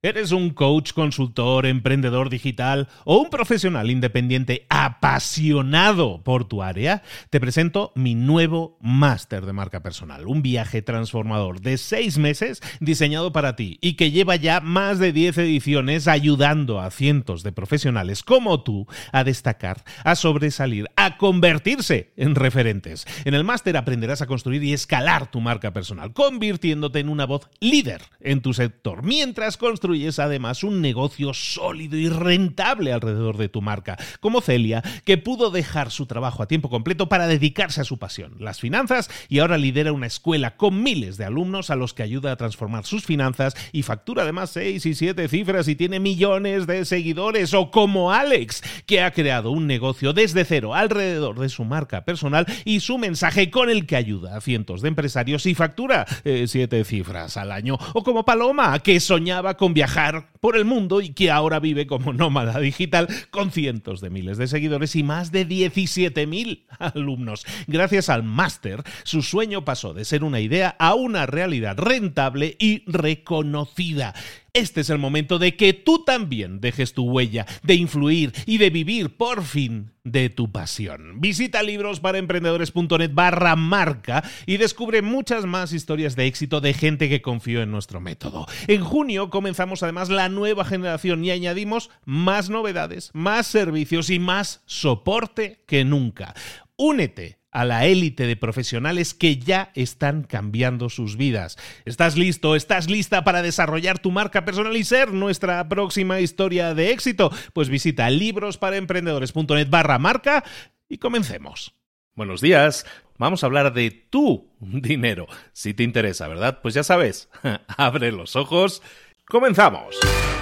¿Eres un coach, consultor, emprendedor digital o un profesional independiente apasionado por tu área? Te presento mi nuevo máster de marca personal, un viaje transformador de 6 meses diseñado para ti y que lleva ya más de 10 ediciones ayudando a cientos de profesionales como tú a destacar, a sobresalir, a convertirse en referentes. En el máster aprenderás a construir y escalar tu marca personal, convirtiéndote en una voz líder en tu sector, mientras construyes además un negocio sólido y rentable alrededor de tu marca, como Celia, que pudo dejar su trabajo a tiempo completo para dedicarse a su pasión, las finanzas, y ahora lidera una escuela con miles de alumnos a los que ayuda a transformar sus finanzas y factura además 6 y 7 cifras y tiene millones de seguidores. O como Alex, que ha creado un negocio desde cero alrededor de su marca personal y su mensaje, con el que ayuda a cientos de empresarios y factura 7 cifras al año. O como Paloma, que soñaba con viajar por el mundo y que ahora vive como nómada digital con cientos de miles de seguidores y más de 17.000 alumnos. Gracias al máster, su sueño pasó de ser una idea a una realidad rentable y reconocida. Este es el momento de que tú también dejes tu huella, de influir y de vivir por fin de tu pasión. Visita librosparaemprendedores.net/marca y descubre muchas más historias de éxito de gente que confió en nuestro método. En junio comenzamos además la nueva generación y añadimos más novedades, más servicios y más soporte que nunca. Únete a la élite de profesionales que ya están cambiando sus vidas. ¿Estás listo? ¿Estás lista para desarrollar tu marca personal y ser nuestra próxima historia de éxito? Pues visita librosparaemprendedores.net/marca y comencemos. Buenos días. Vamos a hablar de tu dinero. Si te interesa, ¿verdad? Pues ya sabes, abre los ojos. ¡Comenzamos!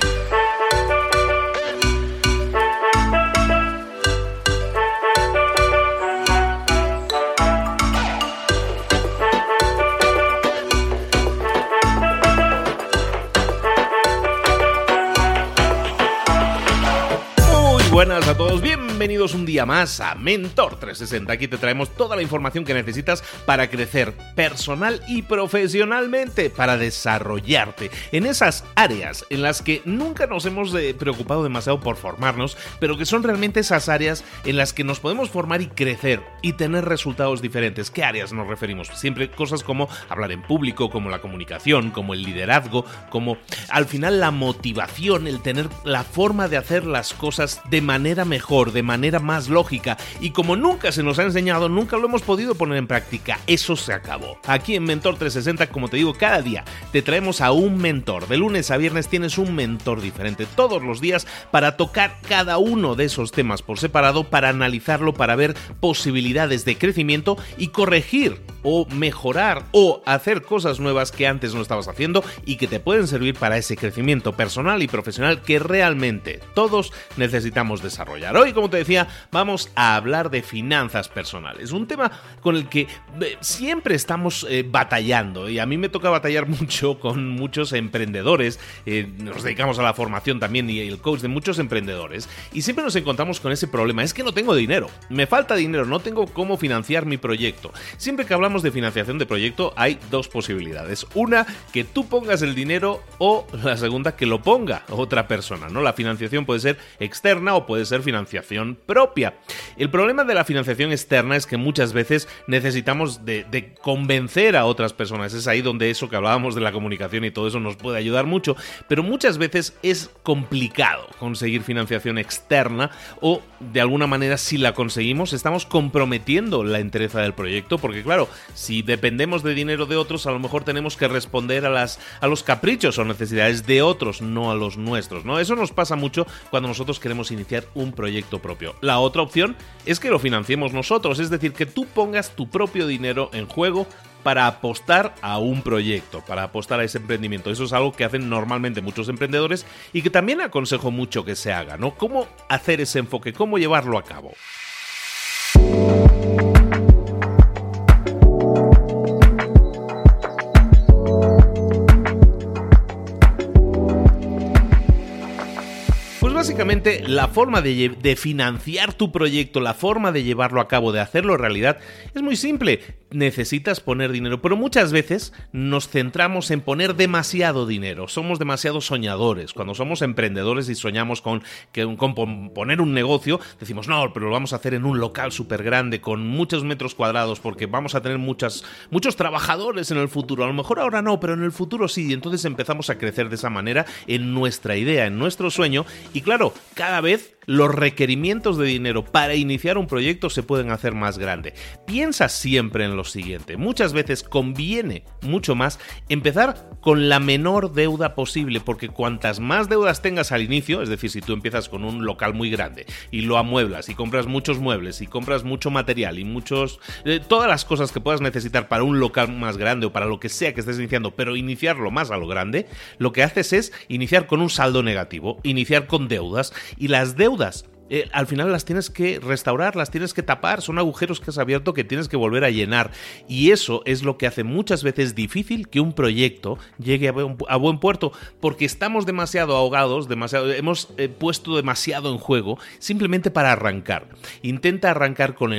Buenas a todos, bienvenidos un día más a Mentor 360. Aquí te traemos toda la información que necesitas para crecer personal y profesionalmente, para desarrollarte en esas áreas en las que nunca nos hemos preocupado demasiado por formarnos, pero que son realmente esas áreas en las que nos podemos formar y crecer y tener resultados diferentes. ¿Qué áreas nos referimos? Siempre cosas como hablar en público, como la comunicación, como el liderazgo, como al final la motivación, el tener la forma de hacer las cosas de manera mejor, de manera más lógica, y como nunca se nos ha enseñado, nunca lo hemos podido poner en práctica. Eso se acabó. Aquí en Mentor 360, como te digo, cada día te traemos a un mentor. De lunes a viernes tienes un mentor diferente todos los días para tocar cada uno de esos temas por separado, para analizarlo, para ver posibilidades de crecimiento y corregir o mejorar o hacer cosas nuevas que antes no estabas haciendo y que te pueden servir para ese crecimiento personal y profesional que realmente todos necesitamos desarrollar. Hoy, como te decía, vamos a hablar de finanzas personales, un tema con el que siempre estamos batallando, y a mí me toca batallar mucho con muchos emprendedores. Nos dedicamos a la formación también y el coach de muchos emprendedores, y siempre nos encontramos con ese problema: es que no tengo dinero, me falta dinero, no tengo cómo financiar mi proyecto. Siempre que hablamos de financiación de proyecto hay dos posibilidades: una, que tú pongas el dinero, o la segunda, que lo ponga otra persona, ¿no? La financiación puede ser externa o puede ser financiación propia. El problema de la financiación externa es que muchas veces necesitamos de convencer a otras personas. Es ahí donde eso que hablábamos de la comunicación y todo eso nos puede ayudar mucho, pero muchas veces es complicado conseguir financiación externa, o de alguna manera, si la conseguimos, estamos comprometiendo la entereza del proyecto, porque claro, si dependemos de dinero de otros, a lo mejor tenemos que responder a los caprichos o necesidades de otros, no a los nuestros, ¿no? Eso nos pasa mucho cuando nosotros queremos iniciar un proyecto propio. La otra opción es que lo financiemos nosotros, es decir, que tú pongas tu propio dinero en juego para apostar a un proyecto, para apostar a ese emprendimiento. Eso es algo que hacen normalmente muchos emprendedores y que también aconsejo mucho que se haga, ¿no? ¿Cómo hacer ese enfoque? ¿Cómo llevarlo a cabo? Básicamente, la forma de financiar tu proyecto, la forma de llevarlo a cabo, de hacerlo realidad, es muy simple. necesitas poner dinero, pero muchas veces nos centramos en poner demasiado dinero. Somos demasiado soñadores. Cuando somos emprendedores y soñamos con poner un negocio, decimos, no, pero lo vamos a hacer en un local súper grande, con muchos metros cuadrados, porque vamos a tener muchos trabajadores en el futuro. A lo mejor ahora no, pero en el futuro sí. Y entonces empezamos a crecer de esa manera en nuestra idea, en nuestro sueño. Y claro, cada vez los requerimientos de dinero para iniciar un proyecto se pueden hacer más grande. Piensa siempre en lo siguiente. Muchas veces conviene mucho más empezar con la menor deuda posible, porque cuantas más deudas tengas al inicio, es decir, si tú empiezas con un local muy grande y lo amueblas y compras muchos muebles y compras mucho material y todas las cosas que puedas necesitar para un local más grande o para lo que sea que estés iniciando, pero iniciarlo más a lo grande, lo que haces es iniciar con un saldo negativo, iniciar con deudas, y las deudas al final las tienes que restaurar, las tienes que tapar, son agujeros que has abierto que tienes que volver a llenar, y eso es lo que hace muchas veces difícil que un proyecto llegue a buen puerto, porque estamos demasiado ahogados, hemos puesto demasiado en juego simplemente para arrancar. Intenta arrancar con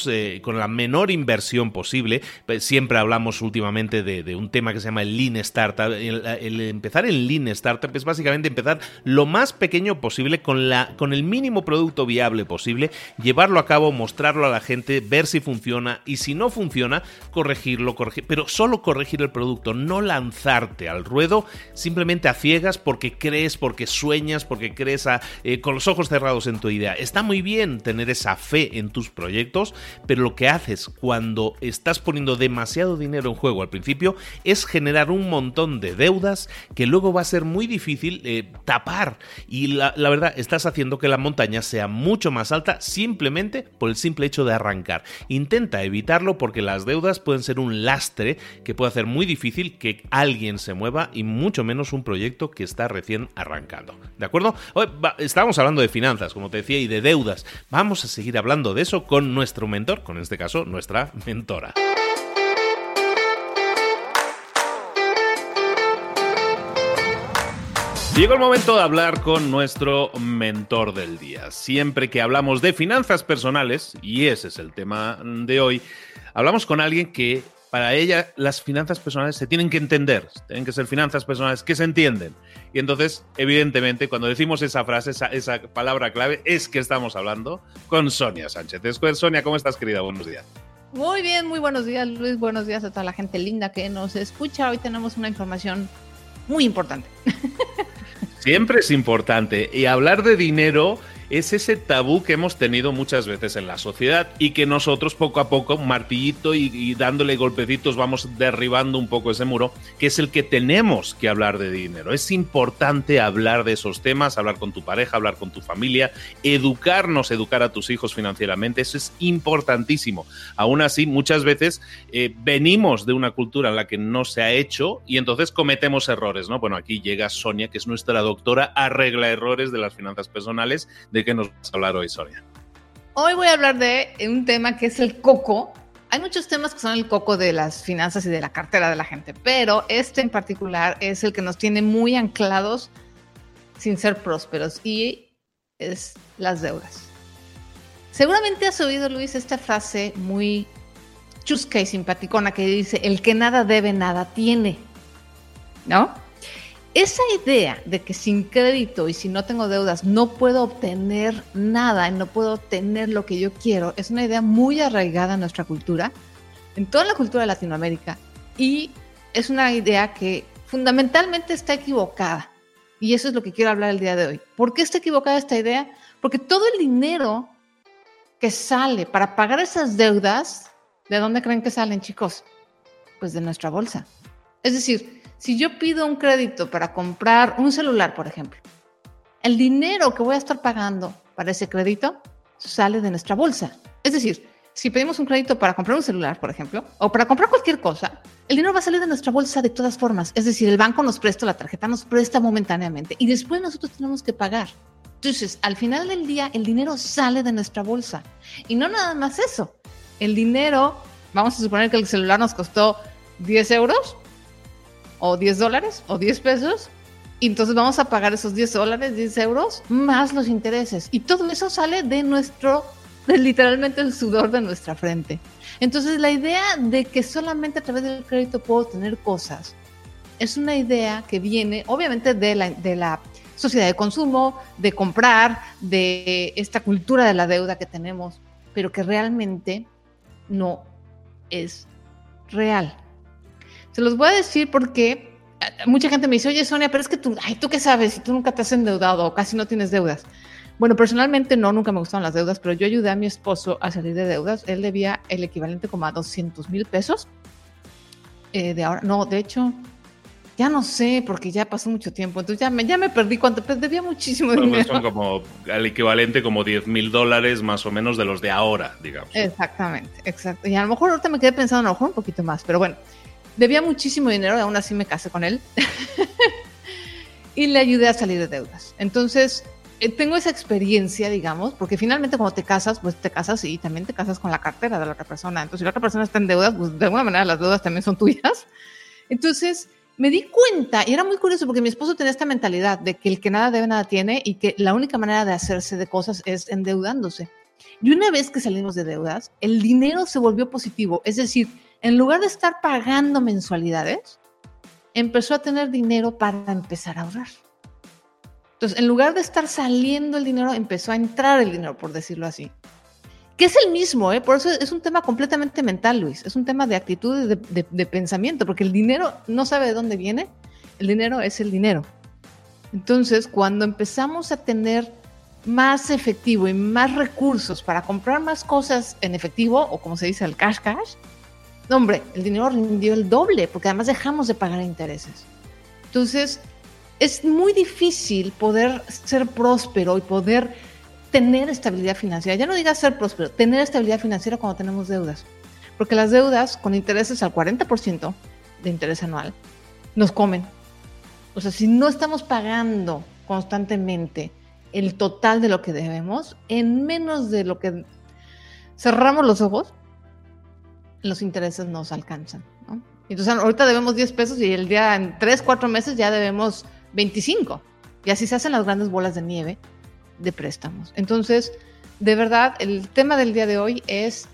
la menor inversión posible. Siempre hablamos últimamente de un tema que se llama el Lean Startup. El empezar en Lean Startup es básicamente empezar lo más pequeño posible con el mínimo producto viable posible, llevarlo a cabo, mostrarlo a la gente, ver si funciona, y si no funciona, corregirlo, pero solo corregir el producto, no lanzarte al ruedo simplemente a ciegas porque crees, porque sueñas, porque crees con los ojos cerrados en tu idea. Está muy bien tener esa fe en tus proyectos, pero lo que haces cuando estás poniendo demasiado dinero en juego al principio es generar un montón de deudas que luego va a ser muy difícil tapar, y la verdad, estás haciendo que la montaña sea mucho más alta simplemente por el simple hecho de arrancar. Intenta evitarlo, porque las deudas pueden ser un lastre que puede hacer muy difícil que alguien se mueva, y mucho menos un proyecto que está recién arrancando. ¿De acuerdo? Hoy estábamos hablando de finanzas, como te decía, y de deudas. Vamos a seguir hablando de eso con nuestro mentor, con este caso nuestra mentora. Llegó el momento de hablar con nuestro mentor del día. Siempre que hablamos de finanzas personales, y ese es el tema de hoy, hablamos con alguien que para ella las finanzas personales se tienen que entender, tienen que ser finanzas personales que se entienden. Y entonces, evidentemente, cuando decimos esa frase, esa palabra clave, es que estamos hablando con Sonia Sánchez. Sonia, ¿cómo estás, querida? Buenos días. Muy bien, muy buenos días, Luis. Buenos días a toda la gente linda que nos escucha. Hoy tenemos una información muy importante. Siempre es importante, y hablar de dinero es ese tabú que hemos tenido muchas veces en la sociedad, y que nosotros poco a poco, martillito y dándole golpecitos, vamos derribando un poco ese muro, que es el que tenemos que hablar de dinero. Es importante hablar de esos temas, hablar con tu pareja, hablar con tu familia, educar a tus hijos financieramente. Eso es importantísimo. Aún así, muchas veces venimos de una cultura en la que no se ha hecho, y entonces cometemos errores, ¿no? Bueno, aquí llega Sonia, que es nuestra doctora arregla errores de las finanzas personales. ¿De qué nos vas a hablar hoy, Sonia? Hoy voy a hablar de un tema que es el coco. Hay muchos temas que son el coco de las finanzas y de la cartera de la gente, pero este en particular es el que nos tiene muy anclados sin ser prósperos, y es las deudas. Seguramente has oído, Luis, esta frase muy chusca y simpaticona que dice: el que nada debe, nada tiene, ¿no? Esa idea de que sin crédito y si no tengo deudas no puedo obtener nada, no puedo obtener lo que yo quiero, es una idea muy arraigada en nuestra cultura, en toda la cultura de Latinoamérica, y es una idea que fundamentalmente está equivocada. Y eso es lo que quiero hablar el día de hoy. ¿Por qué está equivocada esta idea? Porque todo el dinero que sale para pagar esas deudas, ¿de dónde creen que salen, chicos? Pues de nuestra bolsa. Es decir, si yo pido un crédito para comprar un celular, por ejemplo, el dinero que voy a estar pagando para ese crédito sale de nuestra bolsa. Es decir, si pedimos un crédito para comprar un celular, por ejemplo, o para comprar cualquier cosa, el dinero va a salir de nuestra bolsa de todas formas. Es decir, el banco nos presta, la tarjeta nos presta momentáneamente, y después nosotros tenemos que pagar. Entonces, al final del día, el dinero sale de nuestra bolsa. Y no nada más eso. El dinero, vamos a suponer que el celular nos costó 10 euros, o $10, o 10 pesos, y entonces vamos a pagar esos $10, 10 euros, más los intereses. Y todo eso sale de nuestro literalmente el sudor de nuestra frente. Entonces, la idea de que solamente a través del crédito puedo tener cosas es una idea que viene, obviamente, de la sociedad de consumo, de comprar, de esta cultura de la deuda que tenemos, pero que realmente no es real. Se los voy a decir porque mucha gente me dice, oye, Sonia, pero es que ¿tú qué sabes? Si tú nunca te has endeudado o casi no tienes deudas. Bueno, personalmente nunca me gustaron las deudas, pero yo ayudé a mi esposo a salir de deudas. Él debía el equivalente como a 200,000 pesos. De ahora, no, de hecho, ya no sé, porque ya pasó mucho tiempo. Entonces ya me perdí cuánto, pero debía muchísimo dinero. Son como el equivalente como $10,000 más o menos de los de ahora, digamos. Exactamente, exacto. Y a lo mejor ahorita me quedé pensando, a lo mejor un poquito más, pero bueno, debía muchísimo dinero y aún así me casé con él. Y le ayudé a salir de deudas. Entonces, tengo esa experiencia, digamos, porque finalmente cuando te casas, pues te casas y también te casas con la cartera de la otra persona. Entonces, si la otra persona está en deudas, pues de alguna manera las deudas también son tuyas. Entonces, me di cuenta, y era muy curioso porque mi esposo tenía esta mentalidad de que el que nada debe, nada tiene, y que la única manera de hacerse de cosas es endeudándose. Y una vez que salimos de deudas, el dinero se volvió positivo. Es decir, en lugar de estar pagando mensualidades, empezó a tener dinero para empezar a ahorrar. Entonces, en lugar de estar saliendo el dinero, empezó a entrar el dinero, por decirlo así. Que es el mismo, por eso es un tema completamente mental, Luis. Es un tema de actitud y de pensamiento, porque el dinero no sabe de dónde viene. El dinero es el dinero. Entonces, cuando empezamos a tener más efectivo y más recursos para comprar más cosas en efectivo, o como se dice, el cash, no, hombre, el dinero rindió el doble, porque además dejamos de pagar intereses. Entonces, es muy difícil poder ser próspero y poder tener estabilidad financiera. Ya no digas ser próspero, tener estabilidad financiera cuando tenemos deudas. Porque las deudas con intereses al 40% de interés anual nos comen. O sea, si no estamos pagando constantemente el total de lo que debemos, en menos de lo que cerramos los ojos, los intereses nos alcanzan, ¿no? Entonces, ahorita debemos 10 pesos y el día en 3, 4 meses ya debemos 25. Y así se hacen las grandes bolas de nieve de préstamos. Entonces, de verdad, el tema del día de hoy es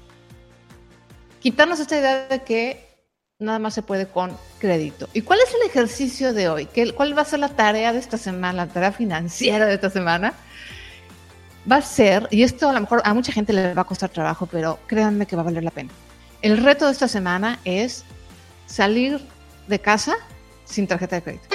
quitarnos esta idea de que nada más se puede con crédito. ¿Y cuál es el ejercicio de hoy? ¿Cuál va a ser la tarea de esta semana, la tarea financiera de esta semana? Va a ser, y esto a lo mejor a mucha gente le va a costar trabajo, pero créanme que va a valer la pena. El reto de esta semana es salir de casa sin tarjeta de crédito.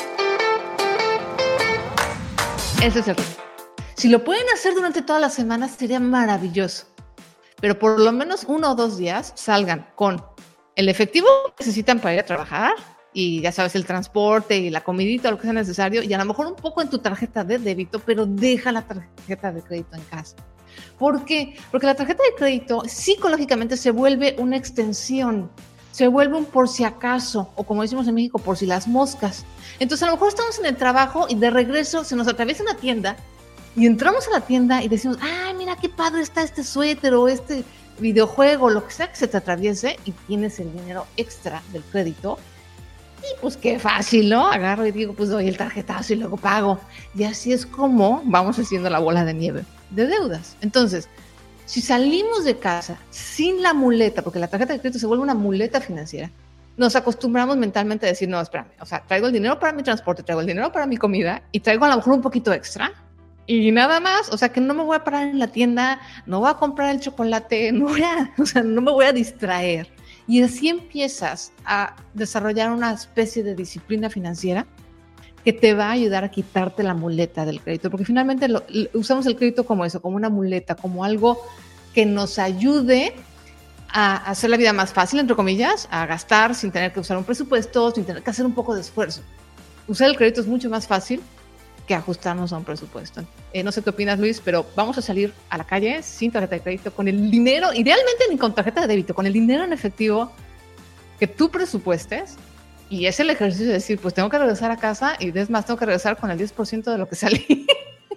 Ese es el reto. Si lo pueden hacer durante todas las semanas, sería maravilloso. Pero por lo menos 1 o 2 días salgan con el efectivo que necesitan para ir a trabajar y ya sabes, el transporte y la comidita, lo que sea necesario, y a lo mejor un poco en tu tarjeta de débito, pero deja la tarjeta de crédito en casa. ¿Por qué? Porque la tarjeta de crédito psicológicamente se vuelve una extensión, se vuelve un por si acaso, o como decimos en México, por si las moscas. Entonces a lo mejor estamos en el trabajo y de regreso se nos atraviesa una tienda y entramos a la tienda y decimos, ay, mira qué padre está este suéter o este videojuego, lo que sea que se te atraviese, y tienes el dinero extra del crédito. Y pues qué fácil, ¿no? Agarro y digo, pues doy el tarjetazo y luego pago. Y así es como vamos haciendo la bola de nieve de deudas. Entonces, si salimos de casa sin la muleta, porque la tarjeta de crédito se vuelve una muleta financiera, nos acostumbramos mentalmente a decir, no, espérame, o sea, traigo el dinero para mi transporte, traigo el dinero para mi comida y traigo a lo mejor un poquito extra y nada más. O sea, que no me voy a parar en la tienda, no voy a comprar el chocolate, no me voy a distraer. Y así empiezas a desarrollar una especie de disciplina financiera que te va a ayudar a quitarte la muleta del crédito, porque finalmente usamos el crédito como eso, como una muleta, como algo que nos ayude a hacer la vida más fácil, entre comillas, a gastar sin tener que usar un presupuesto, sin tener que hacer un poco de esfuerzo. Usar el crédito es mucho más fácil que ajustarnos a un presupuesto. No sé qué opinas, Luis, pero vamos a salir a la calle sin tarjeta de crédito, con el dinero, idealmente ni con tarjeta de débito, con el dinero en efectivo que tú presupuestes. Y es el ejercicio de decir, pues tengo que regresar a casa y es más, tengo que regresar con el 10% de lo que salí.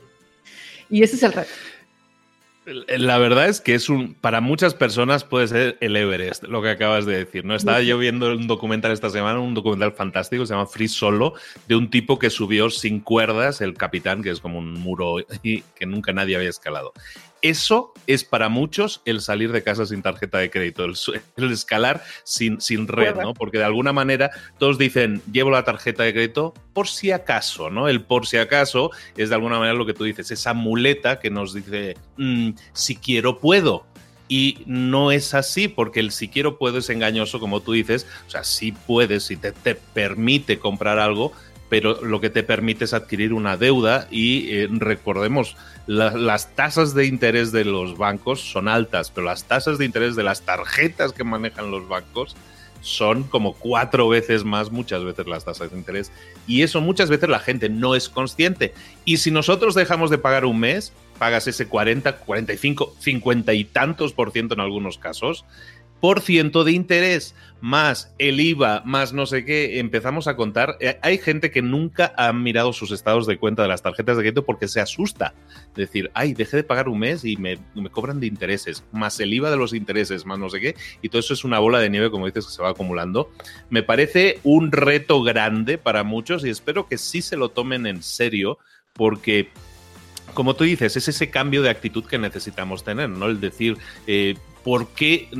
Y ese es el reto. La verdad es que para muchas personas puede ser el Everest, lo que acabas de decir, ¿no? Estaba yo viendo un documental esta semana, un documental fantástico, se llama Free Solo, de un tipo que subió sin cuerdas, el capitán, que es como un muro y que nunca nadie había escalado. Eso es para muchos el salir de casa sin tarjeta de crédito, el escalar sin red, ¿no? Porque de alguna manera todos dicen, llevo la tarjeta de crédito por si acaso, ¿no? El por si acaso es de alguna manera lo que tú dices, esa muleta que nos dice, si quiero puedo. Y no es así, porque el si quiero puedo es engañoso, como tú dices. O sea, sí puedes, si te permite comprar algo, pero lo que te permite es adquirir una deuda y recordemos, las tasas de interés de los bancos son altas, pero las tasas de interés de las tarjetas que manejan los bancos son como 4 veces más, muchas veces, las tasas de interés. Y eso muchas veces la gente no es consciente. Y si nosotros dejamos de pagar un mes, pagas ese 40, 45, 50 y tantos % en algunos casos, por ciento de interés, más el IVA, más no sé qué, empezamos a contar. Hay gente que nunca ha mirado sus estados de cuenta de las tarjetas de crédito porque se asusta. Decir, ay, dejé de pagar un mes y me cobran de intereses, más el IVA de los intereses, más no sé qué, y todo eso es una bola de nieve, como dices, que se va acumulando. Me parece un reto grande para muchos y espero que sí se lo tomen en serio, porque, como tú dices, es ese cambio de actitud que necesitamos tener, ¿no? El decir, ¿por qué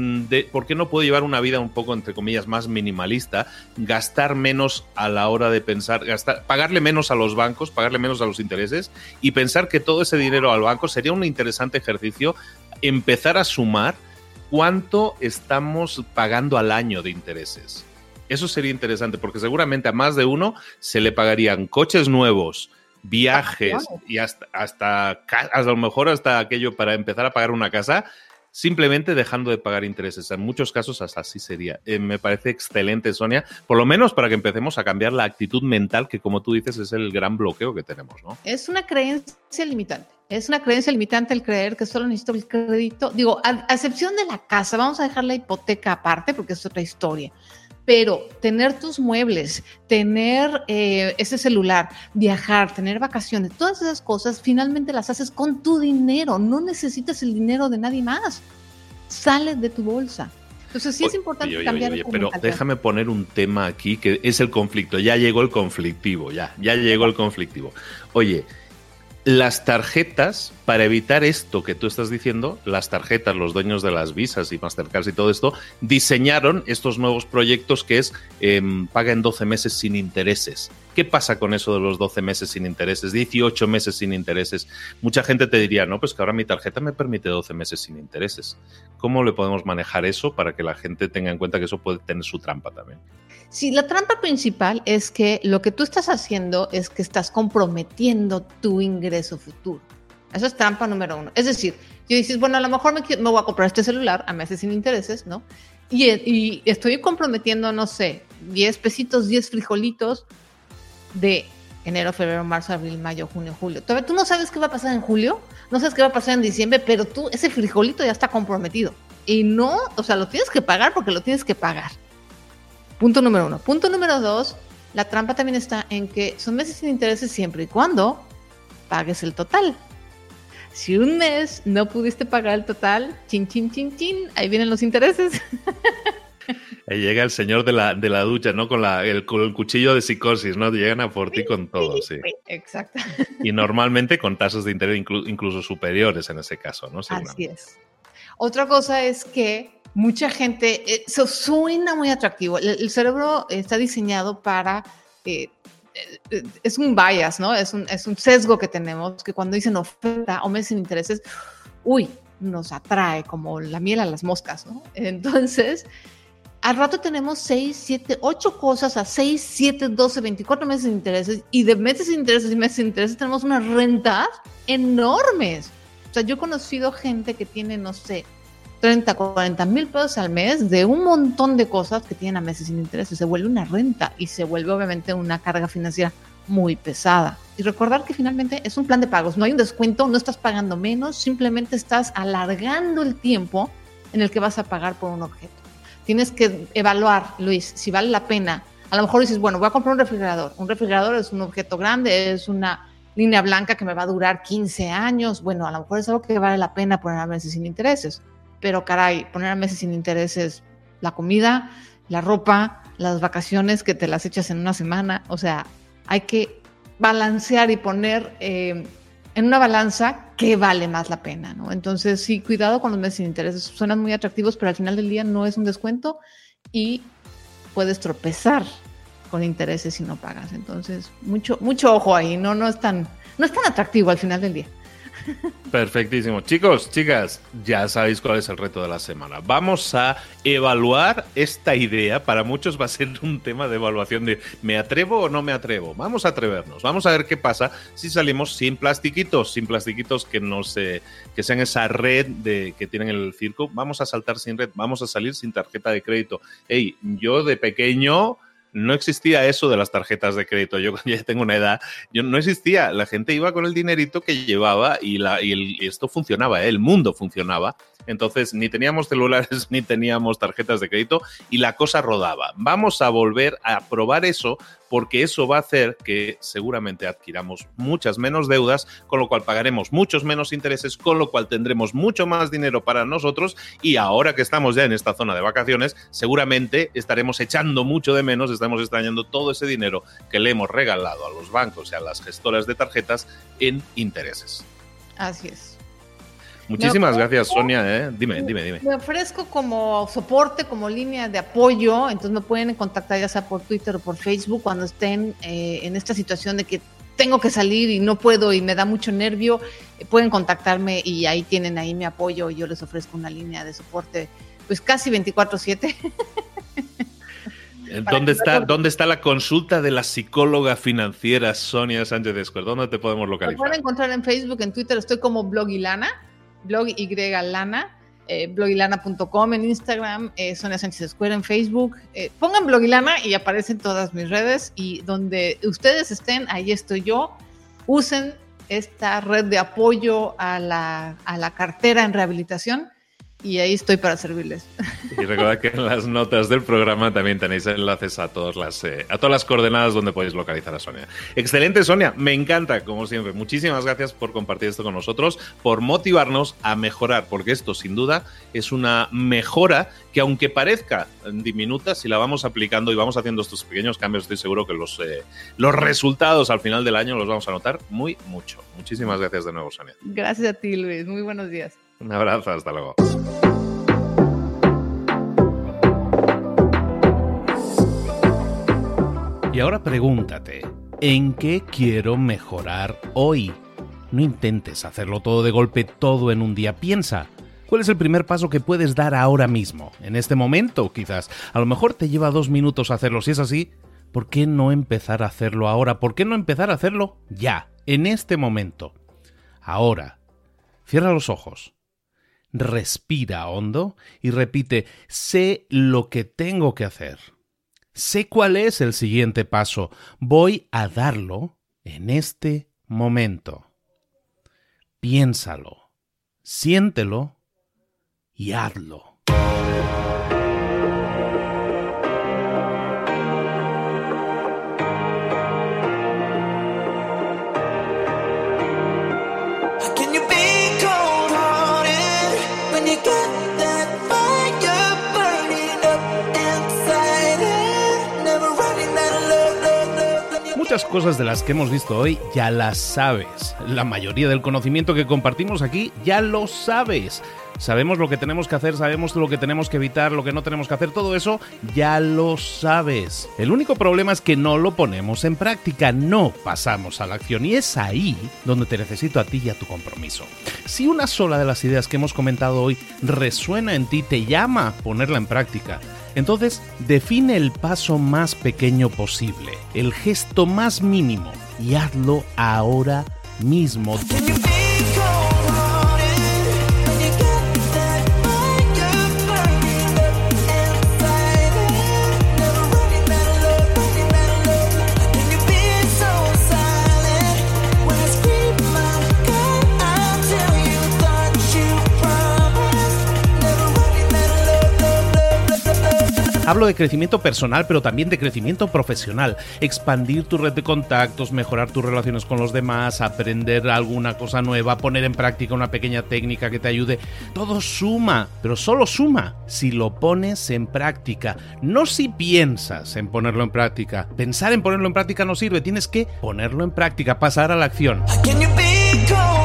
no puedo llevar una vida un poco, entre comillas, más minimalista? Gastar menos a la hora de pensar, pagarle menos a los bancos, pagarle menos a los intereses y pensar que todo ese dinero al banco sería un interesante ejercicio, empezar a sumar cuánto estamos pagando al año de intereses. Eso sería interesante, porque seguramente a más de uno se le pagarían coches nuevos, viajes y hasta a lo mejor hasta aquello para empezar a pagar una casa, simplemente dejando de pagar intereses. En muchos casos hasta así sería. Me parece excelente, Sonia, por lo menos para que empecemos a cambiar la actitud mental, que, como tú dices, es el gran bloqueo que tenemos, ¿no? Es una creencia limitante. Es una creencia limitante el creer que solo necesito el crédito. Digo, a excepción de la casa, vamos a dejar la hipoteca aparte porque es otra historia. Pero tener tus muebles, tener ese celular, viajar, tener vacaciones, todas esas cosas finalmente las haces con tu dinero. No necesitas el dinero de nadie más. Sale de tu bolsa. Entonces sí es importante cambiar. Pero déjame poner un tema aquí que es el conflicto. Ya llegó el conflictivo, ya llegó el conflictivo. Oye, las tarjetas, para evitar esto que tú estás diciendo, las tarjetas, los dueños de las Visas y Mastercards y todo esto, diseñaron estos nuevos proyectos que es paga en 12 meses sin intereses. ¿Qué pasa con eso de los 12 meses sin intereses, 18 meses sin intereses? Mucha gente te diría, no, pues que ahora mi tarjeta me permite 12 meses sin intereses. ¿Cómo le podemos manejar eso para que la gente tenga en cuenta que eso puede tener su trampa también? Sí, la trampa principal es que lo que tú estás haciendo es que estás comprometiendo tu ingreso futuro. Eso es trampa número 1. Es decir, yo dices, bueno, a lo mejor me voy a comprar este celular a meses sin intereses, ¿no? Y estoy comprometiendo, no sé, 10 pesitos, 10 frijolitos de enero, febrero, marzo, abril, mayo, junio, julio. Tú no sabes qué va a pasar en julio, no sabes qué va a pasar en diciembre, pero tú, ese frijolito ya está comprometido. Y no, o sea, lo tienes que pagar porque lo tienes que pagar. Punto número 1. Punto número 2, la trampa también está en que son meses sin intereses siempre y cuando pagues el total. Si un mes no pudiste pagar el total, chin, chin, chin, chin, ahí vienen los intereses. Ahí llega el señor de la ducha, ¿no? Con el cuchillo de psicosis, ¿no? Llegan a por ti con todo, sí. Exacto. Y normalmente con tasas de interés incluso superiores en ese caso, ¿no? Así es. Otra cosa es que mucha gente, eso suena muy atractivo. El cerebro está diseñado para, es un bias, ¿no? Es un sesgo que tenemos, que cuando dicen oferta o meses sin intereses, nos atrae como la miel a las moscas, ¿no? Entonces, al rato tenemos 6, 7, 8 cosas a 6, 7, 12, 24 meses sin intereses, y de meses sin intereses y meses sin intereses tenemos unas rentas enormes. O sea, yo he conocido gente que tiene, no sé, 30, 40 mil pesos al mes de un montón de cosas que tienen a meses sin intereses. Se vuelve una renta y se vuelve obviamente una carga financiera muy pesada. Y recordar que finalmente es un plan de pagos, no hay un descuento, no estás pagando menos, simplemente estás alargando el tiempo en el que vas a pagar por un objeto. Tienes que evaluar, Luis, si vale la pena. A lo mejor dices, bueno, voy a comprar un refrigerador. Un refrigerador es un objeto grande, es una línea blanca que me va a durar 15 años. Bueno, a lo mejor es algo que vale la pena poner a meses sin intereses. Pero caray, poner a meses sin intereses la comida, la ropa, las vacaciones que te las echas en una semana. O sea, hay que balancear y poner en en una balanza qué vale más la pena, ¿no? Entonces, sí, cuidado con los meses sin intereses. Suenan muy atractivos, pero al final del día no es un descuento y puedes tropezar con intereses si no pagas. Entonces, mucho ojo ahí, no es tan atractivo al final del día. Perfectísimo. Chicos, chicas, ya sabéis cuál es el reto de la semana. Vamos a evaluar esta idea. Para muchos va a ser un tema de evaluación de ¿me atrevo o no me atrevo? Vamos a atrevernos. Vamos a ver qué pasa si salimos sin plastiquitos que sean esa red que tienen el circo. Vamos a saltar sin red, vamos a salir sin tarjeta de crédito. Hey, yo de pequeño no existía eso de las tarjetas de crédito. Yo ya tengo una edad, no existía. La gente iba con el dinerito que llevaba y esto funcionaba, el mundo funcionaba. Entonces, ni teníamos celulares ni teníamos tarjetas de crédito y la cosa rodaba. Vamos a volver a probar eso porque eso va a hacer que seguramente adquiramos muchas menos deudas, con lo cual pagaremos muchos menos intereses, con lo cual tendremos mucho más dinero para nosotros y ahora que estamos ya en esta zona de vacaciones, seguramente estaremos echando mucho de menos, estamos extrañando todo ese dinero que le hemos regalado a los bancos y a las gestoras de tarjetas en intereses. Así es. Muchísimas gracias, Sonia. Dime. Me ofrezco como soporte, como línea de apoyo, entonces me pueden contactar ya sea por Twitter o por Facebook cuando estén en esta situación de que tengo que salir y no puedo y me da mucho nervio, pueden contactarme y ahí tienen mi apoyo y yo les ofrezco una línea de soporte pues casi 24/7. ¿Dónde está la consulta de la psicóloga financiera Sonia Sánchez Escuer? ¿Dónde te podemos localizar? Me pueden encontrar en Facebook, en Twitter, estoy como Blogilana, blogilana.com, en Instagram, Sonia Sánchez Escuer en Facebook. Pongan Blogilana y aparecen todas mis redes y donde ustedes estén, ahí estoy yo. Usen esta red de apoyo a la cartera en rehabilitación. Y ahí estoy para servirles. Y recordad que en las notas del programa también tenéis enlaces a todas las coordenadas donde podéis localizar a Sonia. Excelente, Sonia. Me encanta, como siempre. Muchísimas gracias por compartir esto con nosotros, por motivarnos a mejorar, porque esto, sin duda, es una mejora que, aunque parezca diminuta, si la vamos aplicando y vamos haciendo estos pequeños cambios, estoy seguro que los resultados al final del año los vamos a notar mucho. Muchísimas gracias de nuevo, Sonia. Gracias a ti, Luis. Muy buenos días. Un abrazo, hasta luego. Y ahora pregúntate, ¿en qué quiero mejorar hoy? No intentes hacerlo todo de golpe, todo en un día. Piensa, ¿cuál es el primer paso que puedes dar ahora mismo? En este momento, quizás. A lo mejor te lleva 2 minutos hacerlo. Si es así, ¿por qué no empezar a hacerlo ahora? ¿Por qué no empezar a hacerlo ya, en este momento? Ahora, cierra los ojos. Respira hondo y repite, sé lo que tengo que hacer. Sé cuál es el siguiente paso. Voy a darlo en este momento. Piénsalo, siéntelo y hazlo. Muchas cosas de las que hemos visto hoy ya las sabes. La mayoría del conocimiento que compartimos aquí ya lo sabes. Sabemos lo que tenemos que hacer, sabemos lo que tenemos que evitar, lo que no tenemos que hacer, todo eso ya lo sabes. El único problema es que no lo ponemos en práctica, no pasamos a la acción y es ahí donde te necesito a ti y a tu compromiso. Si una sola de las ideas que hemos comentado hoy resuena en ti, te llama a ponerla en práctica, entonces define el paso más pequeño posible, el gesto más mínimo y hazlo ahora mismo. Hablo de crecimiento personal, pero también de crecimiento profesional. Expandir tu red de contactos, mejorar tus relaciones con los demás, aprender alguna cosa nueva, poner en práctica una pequeña técnica que te ayude. Todo suma, pero solo suma si lo pones en práctica. No si piensas en ponerlo en práctica. Pensar en ponerlo en práctica no sirve, tienes que ponerlo en práctica, pasar a la acción.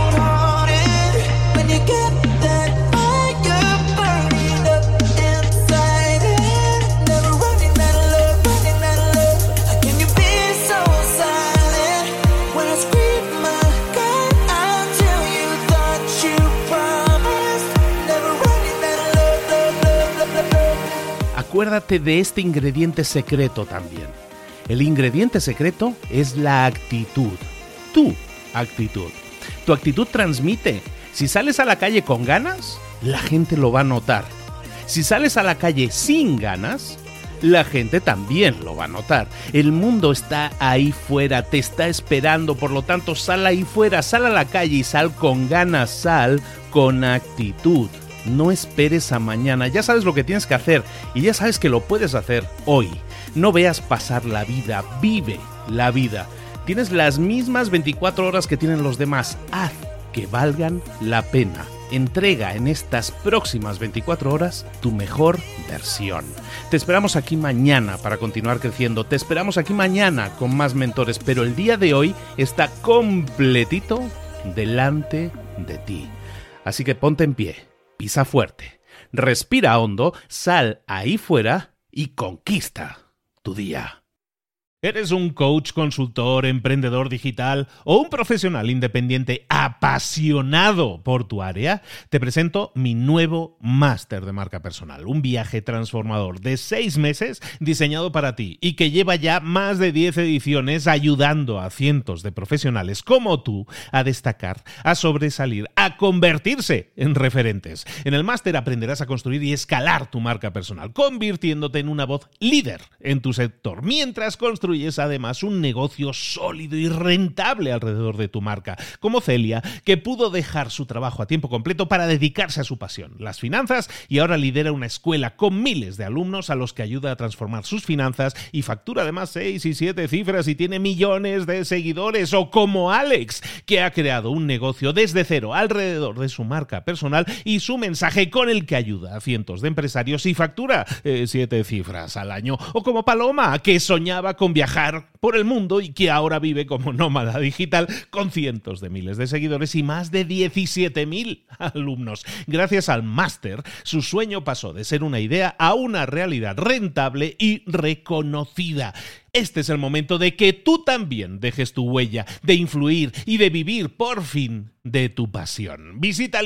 acuérdate de este ingrediente secreto también. El ingrediente secreto es la actitud. Tu actitud. Tu actitud transmite. Si sales a la calle con ganas, la gente lo va a notar. Si sales a la calle sin ganas, la gente también lo va a notar. El mundo está ahí fuera, te está esperando, por lo tanto sal ahí fuera, sal a la calle y sal con ganas, sal con actitud. No esperes a mañana, ya sabes lo que tienes que hacer y ya sabes que lo puedes hacer hoy. No veas pasar la vida, vive la vida. Tienes las mismas 24 horas que tienen los demás, haz que valgan la pena. Entrega en estas próximas 24 horas tu mejor versión. Te esperamos aquí mañana para continuar creciendo. Te esperamos aquí mañana con más mentores, pero el día de hoy está completito delante de ti. Así que ponte en pie, pisa fuerte, respira hondo, sal ahí fuera y conquista tu día. ¿Eres un coach, consultor, emprendedor digital o un profesional independiente apasionado por tu área? Te presento mi nuevo máster de marca personal, un viaje transformador de 6 meses diseñado para ti y que lleva ya más de 10 ediciones ayudando a cientos de profesionales como tú a destacar, a sobresalir, a convertirse en referentes. En el máster aprenderás a construir y escalar tu marca personal, convirtiéndote en una voz líder en tu sector, mientras construyes además un negocio sólido y rentable alrededor de tu marca, como Celia, que pudo dejar su trabajo a tiempo completo para dedicarse a su pasión, las finanzas, y ahora lidera una escuela con miles de alumnos a los que ayuda a transformar sus finanzas y factura además 6 y 7 cifras y tiene millones de seguidores, o como Alex, que ha creado un negocio desde cero alrededor de su marca personal y su mensaje con el que ayuda a cientos de empresarios y factura 7 cifras al año, o como Paloma, que soñaba con viajar por el mundo y que ahora vive como nómada digital con cientos de miles de seguidores y más de 17.000 alumnos. Gracias al máster, su sueño pasó de ser una idea a una realidad rentable y reconocida. Este es el momento de que tú también dejes tu huella, de influir y de vivir por fin de tu pasión. Visita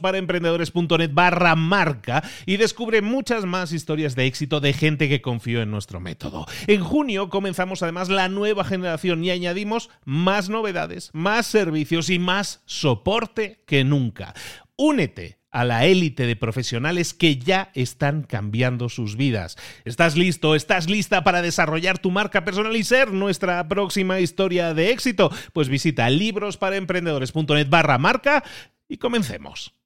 librosparaemprendedores.net/marca y descubre muchas más historias de éxito de gente que confió en nuestro método. En junio comenzamos además la nueva generación y añadimos más novedades, más servicios y más soporte que nunca. Únete a la élite de profesionales que ya están cambiando sus vidas. ¿Estás listo? ¿Estás lista para desarrollar tu marca personal y ser nuestra próxima historia de éxito? Pues visita librosparaemprendedores.net/marca y comencemos.